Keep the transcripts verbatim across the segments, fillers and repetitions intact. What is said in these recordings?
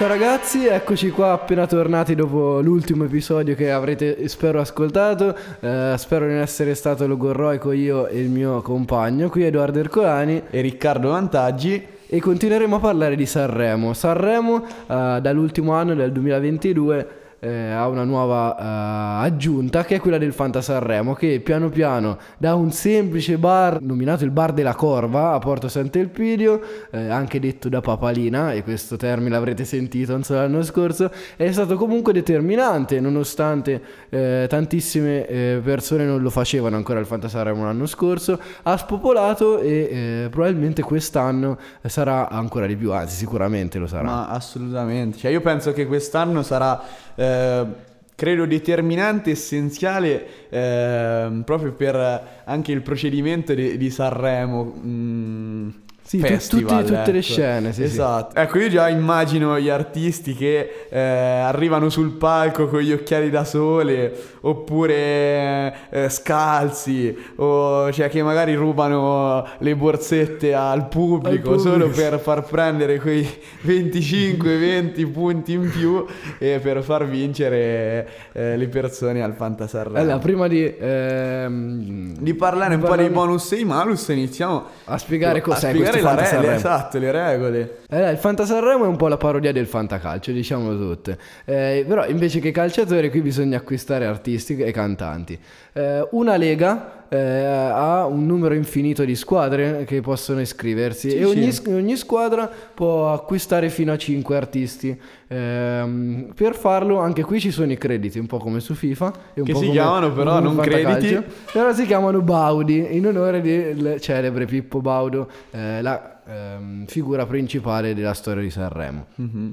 ragazzi, eccoci qua appena tornati dopo l'ultimo episodio che avrete spero ascoltato. eh, Spero di non essere stato logorroico io e il mio compagno. Qui Edoardo Ercolani e Riccardo Vantaggi. e continueremo a parlare di Sanremo. Sanremo eh, dall'ultimo anno, del duemilaventidue, eh, ha una nuova eh, aggiunta, che è quella del Fanta Sanremo, che piano piano da un semplice bar nominato il Bar della Corva a Porto Sant'Elpidio, eh, anche detto da Papalina, e questo termine l'avrete sentito non solo l'anno scorso, è stato comunque determinante, nonostante eh, tantissime eh, persone non lo facevano ancora il Fanta Sanremo l'anno scorso. Ha spopolato e eh, probabilmente quest'anno sarà ancora di più, anzi sicuramente lo sarà. Ma assolutamente, cioè io penso che quest'anno sarà eh, credo determinante, essenziale, eh, proprio per anche il procedimento di, di Sanremo. Mm. Sì, Festival, tutti, tutte ecco. le scene, sì, esatto. Sì. Ecco, io già immagino gli artisti che eh, arrivano sul palco con gli occhiali da sole, oppure eh, scalzi, o cioè che magari rubano le borsette al pubblico, al pubblico solo per far prendere quei venticinque venti punti in più e per far vincere eh, le persone al Fanta Sanremo. Allora, prima di, ehm, di parlare di un parlare... po' dei bonus e i malus, iniziamo a spiegare cos'è a spiegare questo Fanta re- Sanremo. Esatto, le regole. Eh, il Fanta Sanremo è un po' la parodia del fantacalcio, diciamolo tutte. Eh, però invece che calciatori qui bisogna acquistare artisti e cantanti. Eh, una lega eh, ha un numero infinito di squadre che possono iscriversi, sì, e ogni, sì. ogni squadra può acquistare fino a cinque artisti. Eh, per farlo anche qui ci sono i crediti, un po' come su FIFA, e un che po' si come, chiamano però non crediti, però si chiamano Baudi in onore del celebre Pippo Baudo, eh, la ehm, figura principale della storia di Sanremo. Mm-hmm.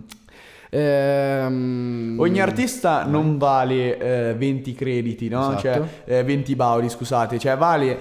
Ehm... Ogni artista non vale eh, venti crediti, no? Esatto. Cioè eh, venti baudi, scusate, cioè vale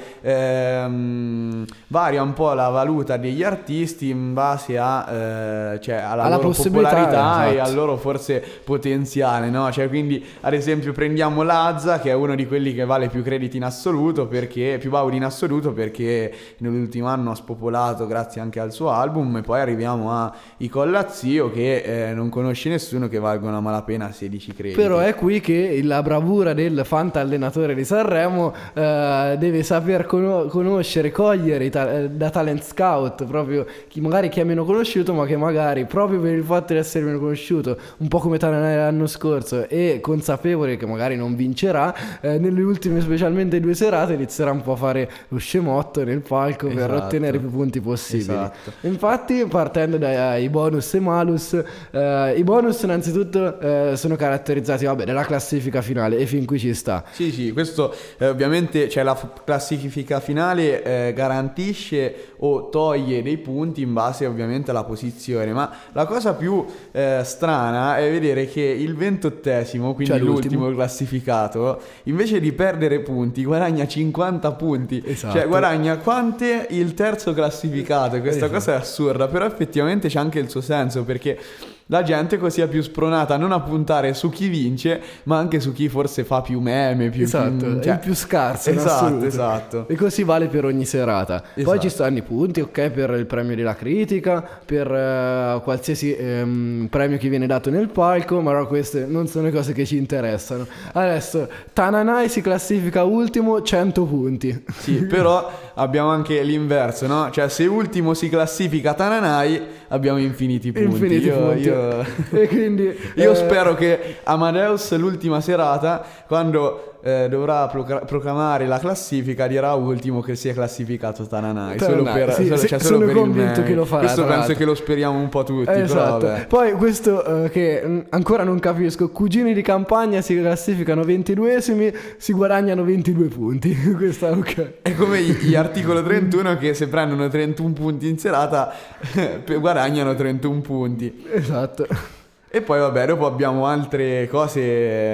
ehm, varia un po' la valuta degli artisti in base a eh, cioè alla, alla loro popolarità, esatto, e al loro forse potenziale, no? Cioè quindi ad esempio prendiamo Lazza, che è uno di quelli che vale più crediti in assoluto, perché più baudi in assoluto, perché nell'ultimo anno ha spopolato grazie anche al suo album. E poi arriviamo a I Collazzio, che eh, non conosce nessuno, che valgono a malapena sedici crediti. Però è qui che la bravura del fanta allenatore di Sanremo eh, deve saper con- conoscere, cogliere ta- da talent scout proprio chi magari chi è meno conosciuto, ma che magari proprio per il fatto di essere meno conosciuto, un po' come Tananai l'anno scorso, e consapevole che magari non vincerà, eh, nelle ultime specialmente due serate inizierà un po' a fare lo scemotto nel palco, esatto, per ottenere più punti possibili. Esatto. Infatti, partendo dai bonus e malus, eh, i bonus innanzitutto eh, sono caratterizzati, vabbè, dalla classifica finale, e fin qui ci sta. Sì, sì, questo eh, ovviamente, cioè la f- classifica finale eh, garantisce o toglie dei punti in base ovviamente alla posizione, ma la cosa più eh, strana è vedere che il ventottesimo, quindi cioè l'ultimo. l'ultimo classificato, invece di perdere punti guadagna cinquanta punti, esatto, cioè guadagna quante il terzo classificato. Questa esatto. cosa è assurda, però effettivamente c'è anche il suo senso, perché la gente così è più spronata a non a puntare su chi vince, ma anche su chi forse fa più meme, più, esatto, più, cioè, è il più scarso, esatto, esatto. E così vale per ogni serata. Esatto. Poi ci stanno i punti, ok, per il premio della critica, per uh, qualsiasi um, premio che viene dato nel palco, ma no, queste non sono le cose che ci interessano. Adesso Tananai si classifica ultimo, cento punti. Sì, però abbiamo anche l'inverso, no? Cioè se ultimo si classifica Tananai abbiamo infiniti punti. Infiniti io, punti. Io... E quindi io eh... spero che Amadeus l'ultima serata, quando eh, dovrà procl- proclamare la classifica, dirà ultimo che si è classificato Tananai, Tananai. solo per, sì, solo, sì, cioè, solo sono per convinto il che lo farà. Questo penso l'altro. Che lo speriamo un po' tutti, eh, esatto. Però, vabbè. Poi questo uh, che mh, ancora non capisco, Cugini di Campagna si classificano ventiduesimi, si guadagnano ventidue punti. Questa okay. È come gli articolo trentuno che se prendono trentuno punti in serata guadagnano trentuno punti. Esatto. E poi vabbè, dopo abbiamo altre cose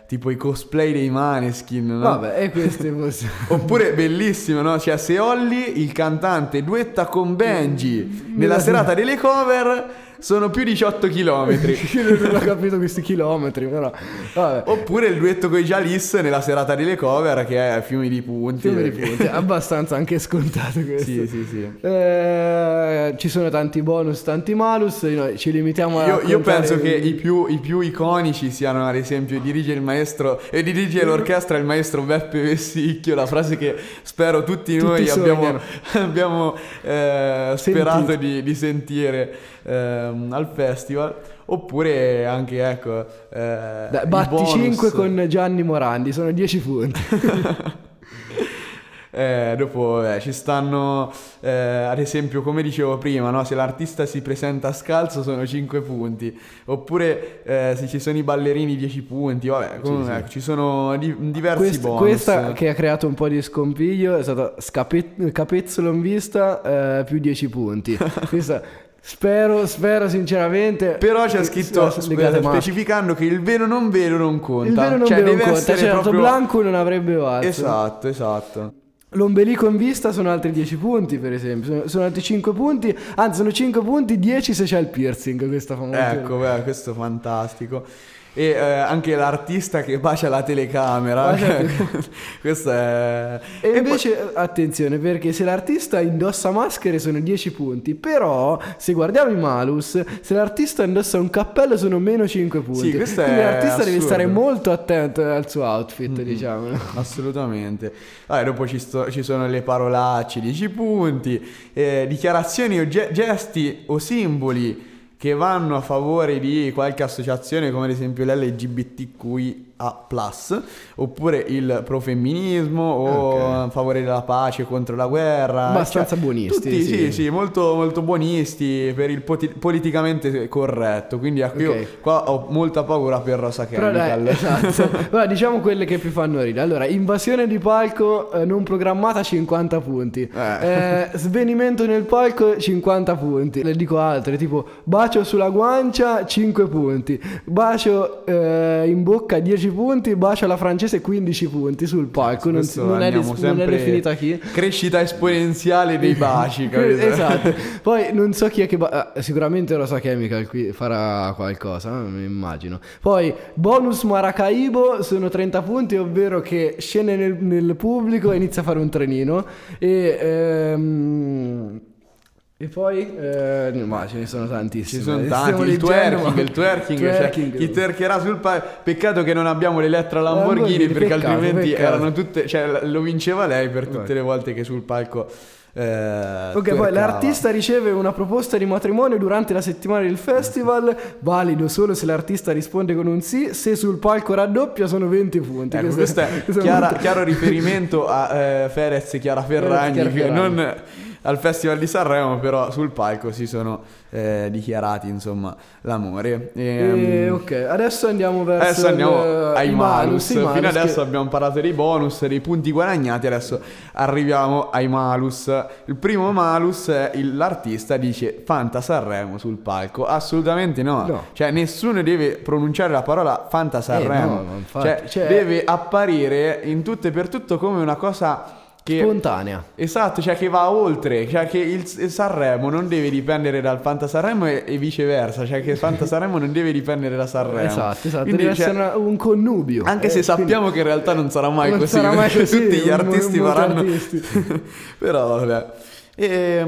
tipo i cosplay dei Maneskin, no? Vabbè, e queste possiamo... Oppure bellissimo, no? Cioè se Holly, il cantante, duetta con Benji nella serata delle cover, sono più di diciotto chilometri. Io non ho capito questi chilometri, però vabbè. Oppure il duetto con i Jalis nella serata delle cover, che è Fiumi di Punti. Fiumi di Punti, abbastanza anche scontato questo. Sì, sì, sì. Eh, ci sono tanti bonus, tanti malus, noi ci limitiamo a Io, io penso che i più, i più iconici siano, ad esempio, dirige il maestro e dirige l'orchestra il maestro Beppe Vessicchio, la frase che spero tutti, tutti noi abbiamo, abbiamo eh, sperato di, di sentire ehm, al festival. Oppure anche, ecco, eh, Dai, batti cinque con Gianni Morandi, sono dieci punti. Eh, dopo eh, ci stanno eh, ad esempio, come dicevo prima, no? Se l'artista si presenta scalzo sono cinque punti. Oppure eh, se ci sono i ballerini dieci punti. Vabbè, comunque, sì, sì. Ci sono di- diversi Quest, bonus. Questa che ha creato un po' di scompiglio è stata scape- capezzolo in vista, eh, più dieci punti. Questa spero, spero sinceramente. Però c'è scritto spe- specificando che il vero non vero non conta. Il vero non cioè, vero deve non conta. essere Certo, proprio... Blanco non avrebbe valso. Esatto, esatto. L'ombelico in vista sono altri dieci punti, per esempio. Sono, sono altri cinque punti. Anzi, sono cinque punti, dieci se c'è il piercing. Questa famosa. Ecco, beh, questo è fantastico. E eh, anche l'artista che bacia la telecamera. Questo è... E, e invece poi... attenzione, perché se l'artista indossa maschere sono dieci punti. Però se guardiamo i malus, se l'artista indossa un cappello sono meno cinque punti. Sì, questo Quindi è l'artista assurdo. Deve stare molto attento al suo outfit, mm-hmm. diciamo. Assolutamente. Allora, dopo ci, sto, ci sono le parolacce, dieci punti, eh, dichiarazioni o ge- gesti o simboli che vanno a favore di qualche associazione, come ad esempio l'L G B T Q I A plus, oppure il profemminismo o okay. a favore della pace contro la guerra. Abbastanza cioè, buonisti. Tutti, sì. sì, sì, molto, molto buonisti per il poti- politicamente corretto. Quindi ecco, okay. io qua ho molta paura per Rosa Chemical. Dai, esatto. Allora, diciamo quelle che più fanno ridere. Allora, invasione di palco eh, non programmata cinquanta punti. Eh. Eh, svenimento nel palco cinquanta punti. Le dico altre, tipo bacio sulla guancia cinque punti. Bacio eh, in bocca dieci punti, bacio alla francese quindici punti sul palco. Non, non, è, ris- non è definita chi. Crescita esponenziale dei baci. Esatto. Poi non so chi è che ba- eh, sicuramente Rosa Chemical qui farà qualcosa, eh, mi immagino. Poi bonus Maracaibo sono trenta punti, ovvero che scende nel, nel pubblico e inizia a fare un trenino. E ehm, E poi, eh, ma ce ne sono tantissimi. Ci sono tanti. Il twerking, il twerking, twerking. Cioè, chi twerkerà sul palco. Peccato che non abbiamo l'Elettra Lamborghini, Lamborghini perché peccato, altrimenti peccato. erano tutte. Cioè, lo vinceva lei per tutte le volte che sul palco. Eh, ok, twerkava. Poi l'artista riceve una proposta di matrimonio durante la settimana del festival, valido solo se l'artista risponde con un sì. Se sul palco raddoppia sono venti punti. Ecco, questo, questo è chiara, chiaro riferimento a eh, Ferez e Chiara Ferragni, Chiara che Ferragni. non al Festival di Sanremo, però sul palco si sono eh, dichiarati insomma l'amore. E, e, ok, adesso andiamo verso adesso andiamo il, ai i malus. malus, i malus Fino adesso che... abbiamo parlato dei bonus, dei punti guadagnati, adesso arriviamo ai malus. Il primo malus è il, l'artista dice Fanta Sanremo sul palco. Assolutamente no, no. Cioè nessuno deve pronunciare la parola Fanta Sanremo, eh, no, infatti, cioè, cioè... deve apparire in tutto e per tutto come una cosa che, spontanea. Esatto, cioè che va oltre, cioè che il, il Sanremo non deve dipendere dal Fanta Sanremo e, e viceversa, cioè che il Fanta Sanremo non deve dipendere da Sanremo. Esatto, esatto, quindi, deve cioè, essere un connubio. Anche eh, se sappiamo quindi... che in realtà non sarà mai non così, sarà mai così, tutti gli artisti m- faranno artisti. Però vabbè. E,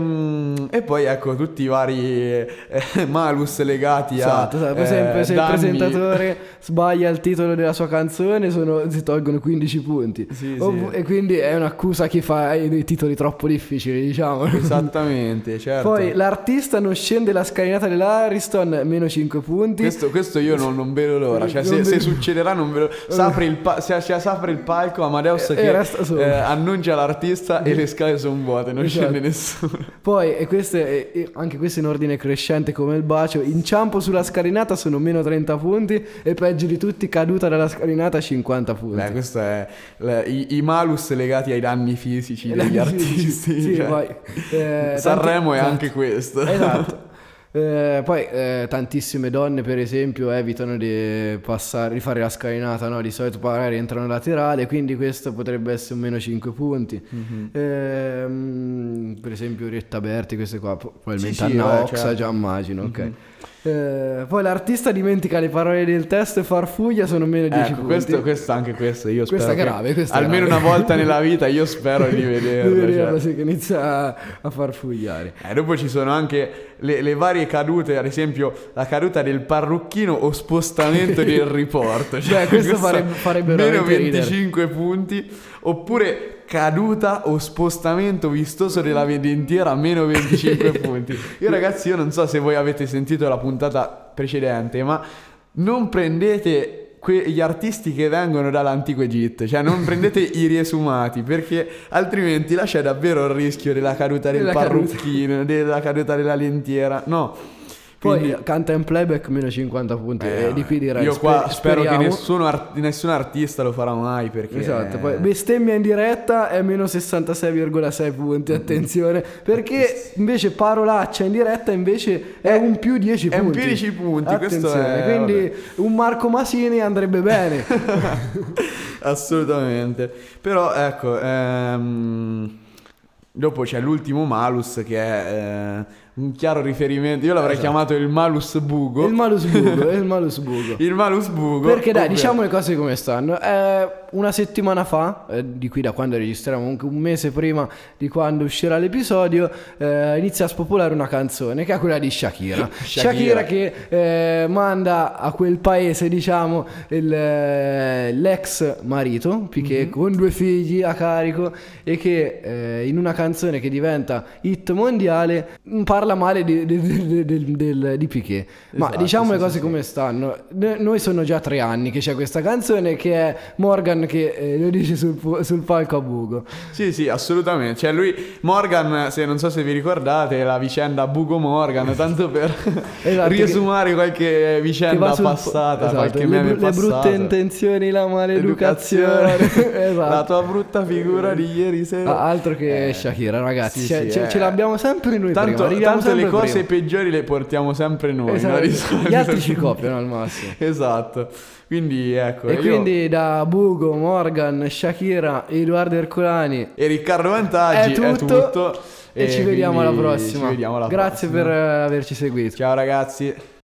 e poi ecco tutti i vari eh, malus legati esatto, a esatto. Per esempio eh, se danni... il presentatore sbaglia il titolo della sua canzone sono, si tolgono quindici punti. Sì, Ov- sì. E quindi è un'accusa a chi fa dei titoli troppo difficili, diciamo. Esattamente, certo. Poi l'artista non scende la scalinata dell'Ariston, meno cinque punti. Questo, questo io non, non vedo l'ora, cioè se, se succederà non vedo. S'apre il, pa- se, se s'apre il palco Amadeus e che eh, annuncia l'artista e le scale sono vuote, non esatto. scende nessuno. Poi, e queste, e anche questo in ordine crescente come il bacio, inciampo sulla scalinata sono meno trenta punti e peggio di tutti caduta dalla scalinata cinquanta punti. Beh, questo è le, i, i malus legati ai danni fisici degli danni artisti. Fisici. Sì, cioè, poi, eh, Sanremo tanti, è anche questo. Esatto. Eh, poi eh, tantissime donne per esempio evitano di passare, di fare la scalinata, no? Di solito magari entrano laterale, quindi questo potrebbe essere un meno cinque punti. Mm-hmm. eh, per esempio Orietta Berti, queste qua probabilmente sì, sì, Anna eh, Oxa, certo. già immagino, ok. Mm-hmm. Eh, poi l'artista dimentica le parole del testo e farfuglia, sono meno dieci ecco, punti. Questo, questo anche questo io questa spero è grave, questa almeno è grave. una volta nella vita io spero di vederlo, di vederlo cioè. Sì, che inizia a, a farfugliare. Eh, dopo ci sono anche le, le varie cadute, ad esempio la caduta del parrucchino o spostamento del riporto, cioè, beh, questo farebbe, farebbe meno ridere. venticinque punti, oppure caduta o spostamento vistoso della dentiera meno venticinque punti. Io ragazzi, io non so se voi avete sentito la puntata precedente, ma non prendete quegli artisti che vengono dall'antico Egitto, cioè non prendete i riesumati, perché altrimenti là c'è davvero il rischio della caduta del della parrucchino, caduta. della caduta della lentiera. No. Poi Quindi, canta in playback meno cinquanta punti, eh, e di qui direi io qua sper- spero speriamo. che nessuno art- nessun artista lo farà mai, perché esatto. Poi bestemmia in diretta è meno sessantasei virgola sei punti, attenzione, perché invece parolaccia in diretta invece è, è un più dieci punti, è un più dieci punti, questo è, quindi vabbè. Un Marco Masini andrebbe bene. Assolutamente. Però ecco, ehm, dopo c'è l'ultimo malus che è eh, un chiaro riferimento. Io l'avrei esatto. chiamato il malus bugo. Il malus bugo, il malus bugo. Il malus bugo. Perché dai, ovvero... diciamo le cose come stanno. Eh, una settimana fa, eh, di qui da quando registriamo, comunque un mese prima di quando uscirà l'episodio, eh, inizia a spopolare una canzone che è quella di Shakira. Shakira, Shakira che eh, manda a quel paese, diciamo, il, eh, l'ex marito Piqué, mm-hmm. con due figli a carico, e che eh, in una canzone che diventa hit mondiale parla male di, di, di, di, di, di Piqué. Ma esatto, diciamo sì, le cose sì, come sì. stanno. Noi sono già tre anni che c'è questa canzone, che è Morgan che eh, lo dice sul, sul palco a Bugo. Sì, sì, assolutamente. Cioè lui, Morgan, se non so se vi ricordate la vicenda Bugo Morgan, tanto per esatto, riesumare qualche vicenda sul, passata, esatto, qualche le, meme le passato. brutte intenzioni, la maleducazione. Esatto. La tua brutta figura di ieri sera. Ah, altro che eh, Shakira, ragazzi, sì, cioè, sì, ce, eh. ce l'abbiamo sempre noi tanto, prima. Tanto le cose prima. peggiori le portiamo sempre noi, esatto. no? Gli altri ci copiano al massimo. Esatto. Quindi ecco. E io... quindi da Bugo, Morgan, Shakira, Edoardo Ercolani e Riccardo Vantaggi è tutto, è tutto e, e ci vediamo alla prossima. Ci vediamo alla Grazie prossima. per averci seguito. Ciao ragazzi.